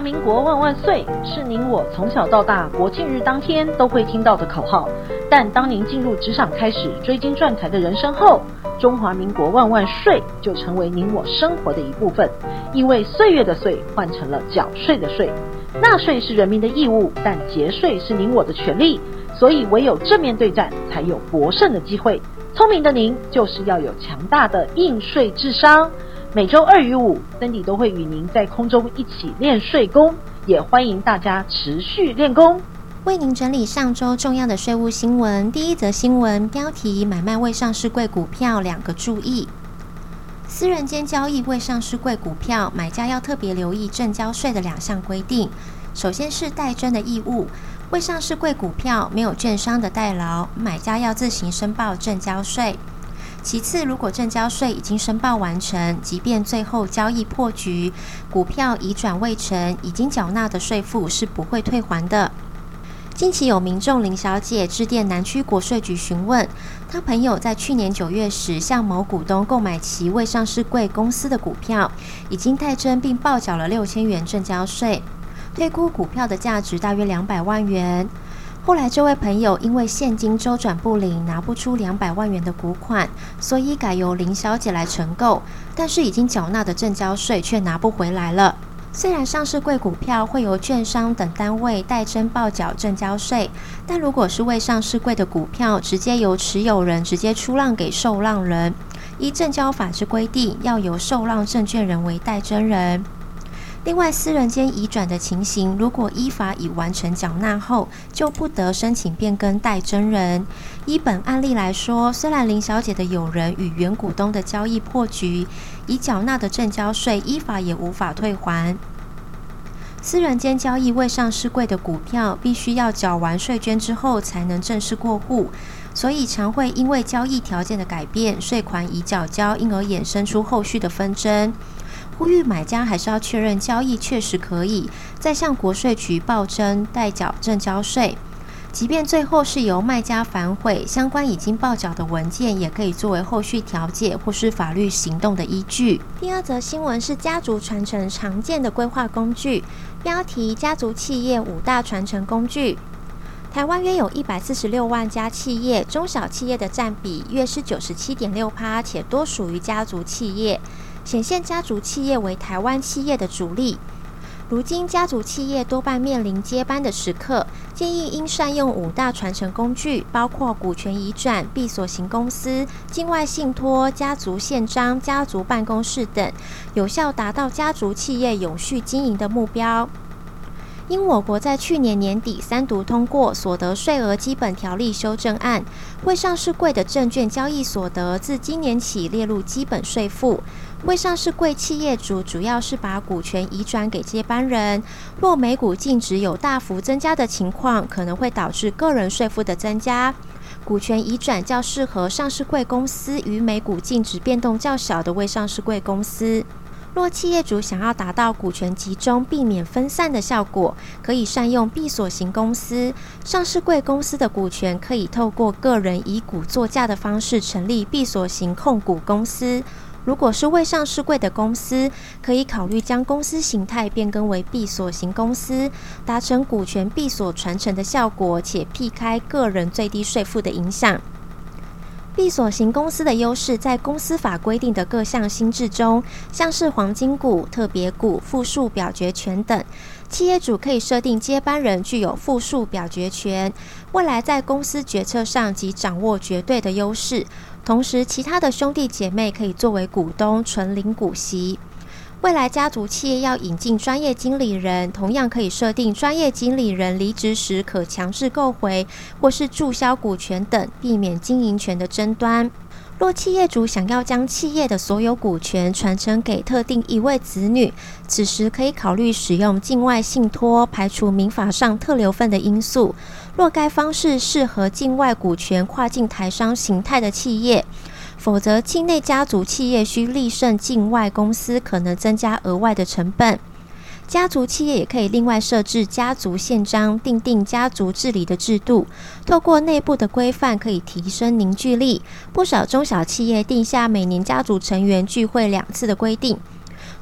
民国万万岁是您我从小到大国庆日当天都会听到的口号，但当您进入职场开始追金赚财的人生后，中华民国万万税就成为您我生活的一部分，因为岁月的岁换成了缴税的税。纳税是人民的义务，但节税是您我的权利，所以唯有正面对战才有博胜的机会。聪明的您就是要有强大的应税智商。每周2与5 Cindy 都会与您在空中一起练税功，也欢迎大家持续练功。 为您整理上周重要的税务新闻。第一则新闻标题：买卖未上市柜股票2个注意。私人间交易未上市柜股票，买家要特别留意证交税的2项规定。首先是代征的义务，未上市柜股票没有券商的代劳，买家要自行申报证交税。其次，如果证交税已经申报完成，即便最后交易破局，股票移转未成，已经缴纳的税负是不会退还的。近期有民众林小姐致电南区国税局询问，她朋友在去年9月时向某股东购买其未上市柜公司的股票，已经代征并报缴了6000元证交税，推估股票的价值大约200万元。后来这位朋友因为现金周转不灵，拿不出200万元的股款，所以改由林小姐来承购，但是已经缴纳的证交税却拿不回来了。虽然上市柜股票会由券商等单位代征报缴证交税，但如果是未上市柜的股票，直接由持有人直接出让给受让人，依证交法之规定，要由受让证券人为代征人。另外，私人间移转的情形，如果依法已完成缴纳后，就不得申请变更代征人。依本案例来说，虽然林小姐的友人与原股东的交易破局，已缴纳的证交税依法也无法退还。私人间交易未上市柜的股票，必须要缴完税捐之后才能正式过户，所以常会因为交易条件的改变，税款已缴交，因而衍生出后续的纷争。呼吁买家还是要确认交易确实可以，再向国税局报征代缴证交税。即便最后是由卖家反悔，相关已经报缴的文件也可以作为后续调解或是法律行动的依据。第二则新闻是家族传承常见的规划工具，标题：家族企业5大传承工具。台湾约有146万家企业，中小企业的占比约是 97.6%， 且多属于家族企业，显现家族企业为台湾企业的主力。如今家族企业多半面临接班的时刻，建议应善用5大传承工具，包括股权移转、闭锁型公司、境外信托、家族宪章、家族办公室等，有效达到家族企业永续经营的目标。因我国在去年年底3读通过所得税额基本条例修正案，未上市柜的证券交易所得自今年起列入基本税负。未上市柜企业主主要是把股权移转给接班人，若每股净值有大幅增加的情况，可能会导致个人税负的增加。股权移转较适合上市柜公司与每股净值变动较小的未上市柜公司。若企业主想要达到股权集中、避免分散的效果，可以善用闭锁型公司。上市柜公司的股权可以透过个人以股作价的方式成立闭锁型控股公司。如果是未上市柜的公司，可以考虑将公司形态变更为闭锁型公司，达成股权闭锁传承的效果，且避开个人最低税负的影响。闭锁型公司的优势在公司法规定的各项新制中，像是黄金股、特别股、复数表决权等，企业主可以设定接班人具有复数表决权，未来在公司决策上即掌握绝对的优势。同时，其他的兄弟姐妹可以作为股东纯领股息。未来家族企业要引进专业经理人，同样可以设定专业经理人离职时可强制购回或是注销股权等，避免经营权的争端。若企业主想要将企业的所有股权传承给特定一位子女，此时可以考虑使用境外信托，排除民法上特留份的因素。若该方式适合境外股权跨境台商形态的企业，否则境内家族企业需力胜境外公司，可能增加额外的成本。家族企业也可以另外设置家族宪章，订定家族治理的制度，透过内部的规范可以提升凝聚力。不少中小企业定下每年家族成员聚会2次的规定，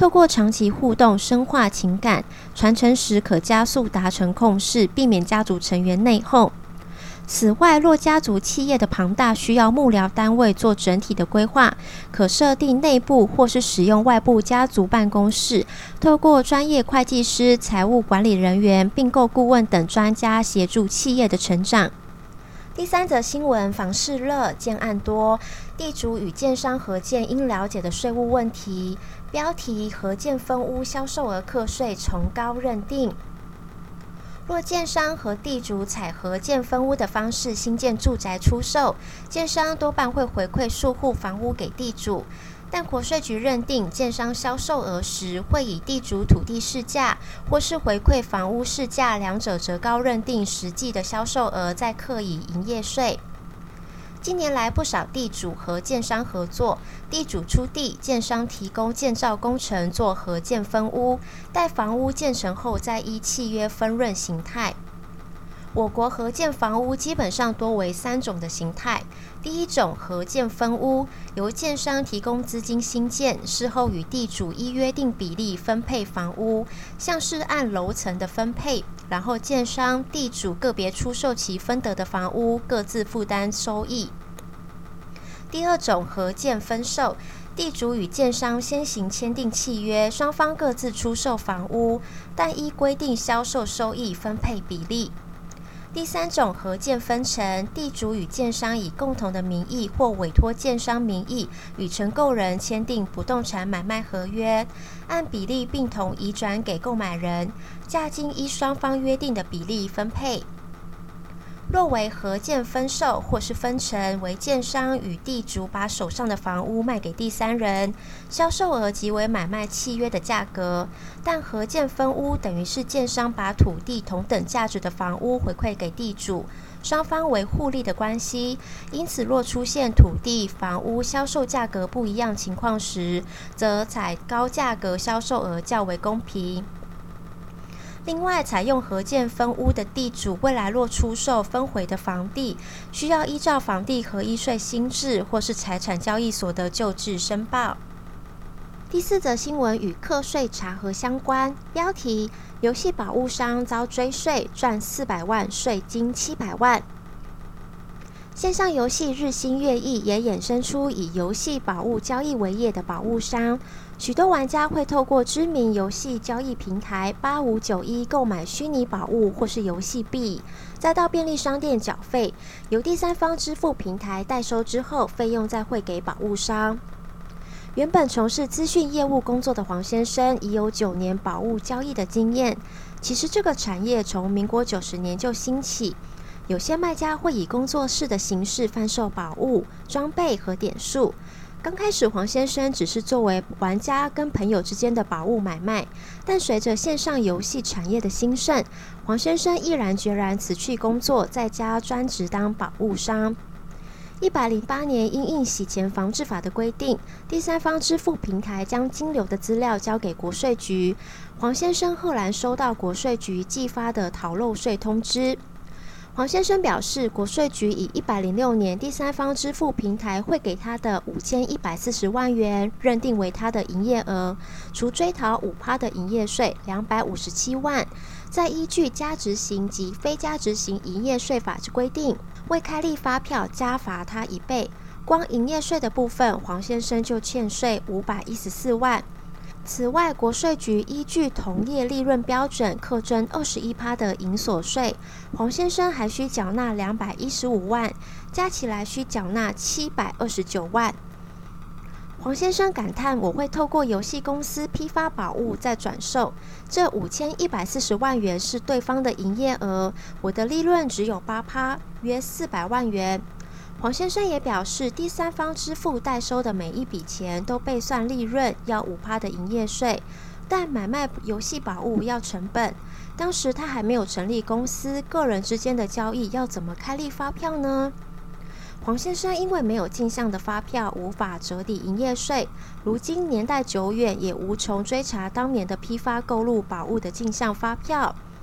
透过长期互动深化情感，传承时可加速达成共识，避免家族成员内讧。此外，若家族企业的庞大需要幕僚单位做整体的规划，可设定内部或是使用外部家族办公室，透过专业会计师、财务管理人员、并购顾问等专家协助企业的成长。第三则新闻，房市热，建案多，地主与建商合建应了解的税务问题。标题：合建分屋销售额课税从高认定。若建商和地主采合建分屋的方式新建住宅出售，建商多半会回馈数户房屋给地主，但国税局认定建商销售额时会以地主土地市价或是回馈房屋市价两者折高认定实际的销售额，再课以营业税。近年来，不少地主和建商合作，地主出地，建商提供建造工程做合建分屋，待房屋建成后再依契约分润形态。我国合建房屋基本上多为3种的形态。第一种合建分屋，由建商提供资金兴建，事后与地主依约定比例分配房屋，像是按楼层的分配，然后建商、地主个别出售其分得的房屋，各自负担收益。第二种合建分售，地主与建商先行签订契约，双方各自出售房屋，但依规定销售收益分配比例。第三种合建分成，地主与建商以共同的名义或委托建商名义与承购人签订不动产买卖合约，按比例并同移转给购买人，价金依双方约定的比例分配。若为合建分售或是分成，为建商与地主把手上的房屋卖给第三人，销售额即为买卖契约的价格，但合建分屋等于是建商把土地同等价值的房屋回馈给地主，双方为互利的关系，因此若出现土地、房屋销售价格不一样情况时，则采高价格销售额较为公平。另外，采用合建分屋的地主，未来若出售分回的房地，需要依照房地合一税新制或是财产交易所的旧制申报。第四则新闻与课税查核相关，标题：游戏保物商遭追税，赚400万，税金700万。线上游戏日新月异，也衍生出以游戏宝物交易为业的宝物商。许多玩家会透过知名游戏交易平台8591购买虚拟宝物或是游戏币，再到便利商店缴费，由第三方支付平台代收之后，费用再汇给宝物商。原本从事资讯业务工作的黄先生已有9年宝物交易的经验。其实这个产业从民国90年就兴起，有些卖家会以工作室的形式贩售宝物、装备和点数。刚开始黄先生只是作为玩家跟朋友之间的宝物买卖，但随着线上游戏产业的兴盛，黄先生毅然决然辞去工作，在家专职当宝物商。108年因应洗钱防治法的规定，第三方支付平台将金流的资料交给国税局。黄先生赫然收到国税局寄发的逃漏税通知。黄先生表示，国税局以106年第三方支付平台汇给他的5140万元认定为他的营业额，除追讨5%的营业税257万，再依据加执行及非加执行营业税法之规定，未开立发票加罚他1倍。光营业税的部分，黄先生就欠税514万。此外，国税局依据同业利润标准课征21%的营所税，黄先生还需缴纳215万，加起来需缴纳729万。黄先生感叹：“我会透过游戏公司批发宝物再转售，这5140万元是对方的营业额，我的利润只有8%，约400万元。”黄先生也表示，第三方支付代收的每一笔钱都备算利润，要5%的营业税，但买卖游戏宝物要成本。当时他还没有成立公司，个人之间的交易要怎么开立发票呢？黄先生因为没有进项的发票，无法折抵营业税，如今年代久远，也无从追查当年的批发购入宝物的进项发票。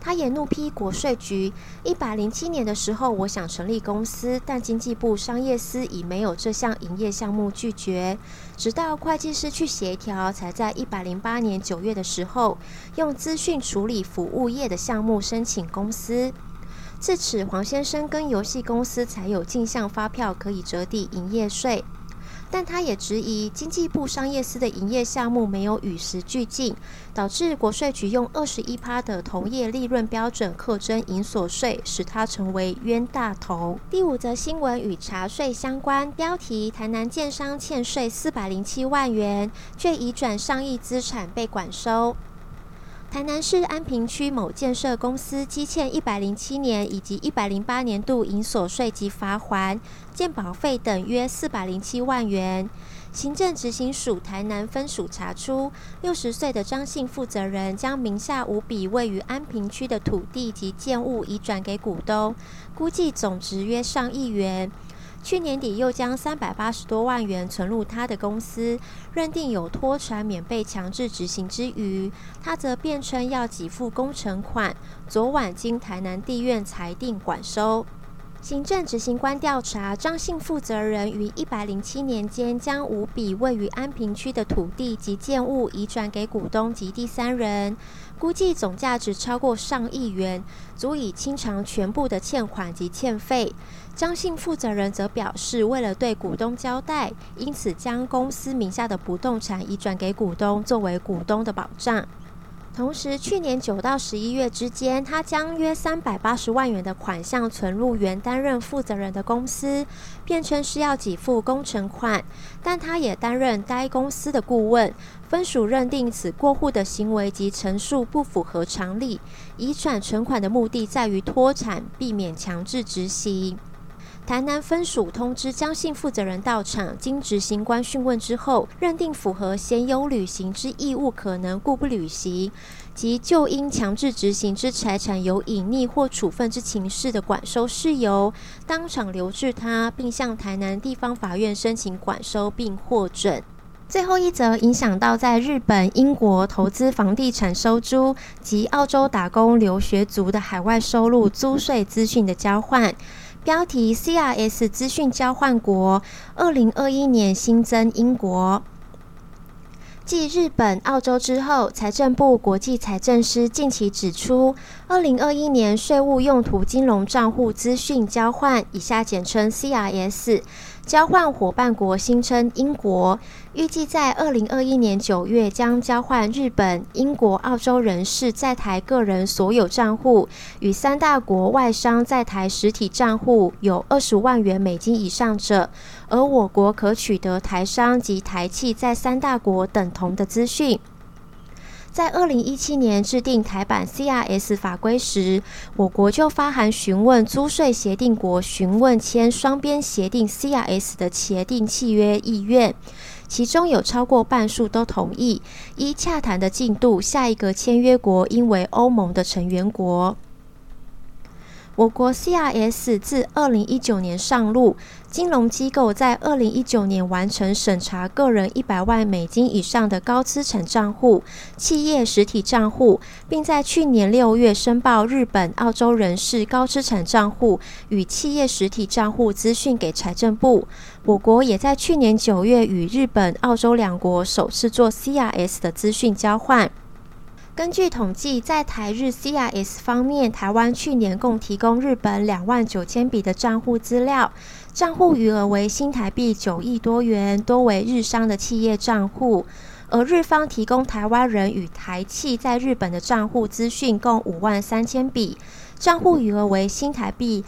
他也怒批国税局，107年的时候我想成立公司，但经济部商业司已没有这项营业项目拒绝，直到会计师去协调，才在108年9月的时候，用资讯处理服务业的项目申请公司。自此，黄先生跟游戏公司才有进项发票可以折抵营业税。但他也质疑经济部商业司的营业项目没有与时俱进，导致国税局用21%的同业利润标准课征营所税，使他成为冤大头。第5则新闻与茶税相关，标题：台南建商欠税407万元，却移转上亿资产被管收。台南市安平区某建设公司积欠107年以及108年度营所税及罚锾、健保费等约407万元。行政执行署台南分署查出，60岁的张姓负责人将名下5笔位于安平区的土地及建物移转给股东，估计总值约上亿元。去年底又将380多万元存入他的公司，认定有脱产免被强制执行之余，他则辩称要给付工程款，昨晚经台南地院裁定管收。行政执行官调查，张姓负责人于107年间将5笔位于安平区的土地及建物移转给股东及第三人，估计总价值超过上亿元，足以清偿全部的欠款及欠费。张姓负责人则表示，为了对股东交代，因此将公司名下的不动产移转给股东，作为股东的保障。同时，去年9到11月之间，他将约380万元的款项存入原担任负责人的公司，辩称是要给付工程款，但他也担任该公司的顾问。分署认定此过户的行为及陈述不符合常理，移转存款的目的在于脱产，避免强制执行。台南分署通知张姓负责人到场，经执行官讯问之后，认定符合先有履行之义务可能故不履行，及就因强制执行之财产有隐匿或处分之情事的管收事由，当场留置他，并向台南地方法院申请管收并获准。最后一则影响到在日本、英国投资房地产收租及澳洲打工留学族的海外收入租税资讯的交换。标题 CRS 资讯交换国，2021年新增英国。继日本、澳洲之后，财政部国际财政司近期指出，2021年税务用途金融账户资讯交换（以下简称 CRS） 交换伙伴国新称英国，预计在2021年9月将交换日本、英国、澳洲人士在台个人所有账户与3大国外商在台实体账户有20万元美金以上者，而我国可取得台商及台企在3大国等同的资讯。在2017年制定台版 CRS 法规时，我国就发函询问租税协定国询问签双边协定 CRS 的协定契约意愿，其中有超过半数都同意。依洽谈的进度，下一个签约国应为欧盟的成员国。我国 CRS 自2019年上路，金融机构在2019年完成审查个人100万美金以上的高资产账户、企业实体账户，并在去年6月申报日本、澳洲人士高资产账户与企业实体账户资讯给财政部。我国也在去年9月与日本、澳洲2国首次做 CRS 的资讯交换。根据统计，在台日 CRS 方面，台湾去年共提供日本29000笔的账户资料，账户余额为新台币9亿多元，多为日商的企业账户。而日方提供台湾人与台企在日本的账户资讯共53000笔，账户余额为新台币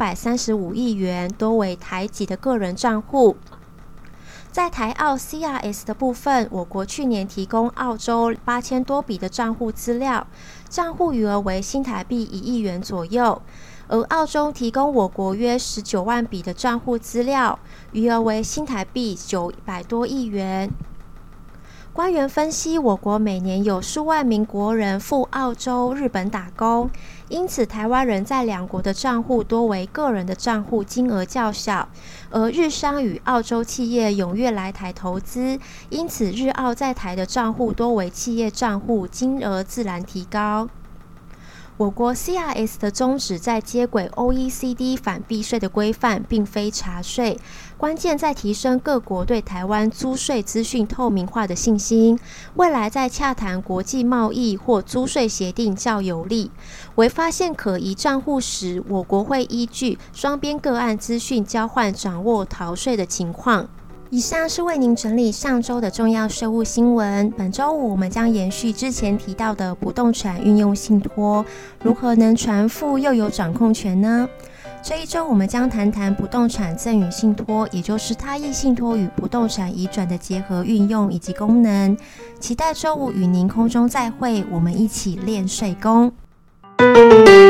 235亿元，多为台籍的个人账户。在台澳 CRS 的部分，我国去年提供澳洲8000多笔的账户资料，账户余额为新台币1亿元左右，而澳洲提供我国约19万笔的账户资料，余额为新台币900多亿元。官员分析，我国每年有数万名国人赴澳洲、日本打工，因此台湾人在两国的账户多为个人的账户，金额较小，而日商与澳洲企业踊跃来台投资，因此日澳在台的账户多为企业账户，金额自然提高。 我国 CRS 的宗旨在接轨 OECD 反避税的规范，并非查税，关键在提升各国对台湾租税资讯透明化的信心，未来在洽谈国际贸易或租税协定较有利。为发现可疑账户时，我国会依据双边个案资讯交换，掌握逃税的情况。以上是为您整理上周的重要税务新闻。本周五我们将延续之前提到的不动产运用信托，如何能传付又有掌控权呢？这一周我们将谈谈不动产赠与信托，也就是他益信托与不动产移转的结合运用以及功能。期待周五与您空中再会，我们一起练税功。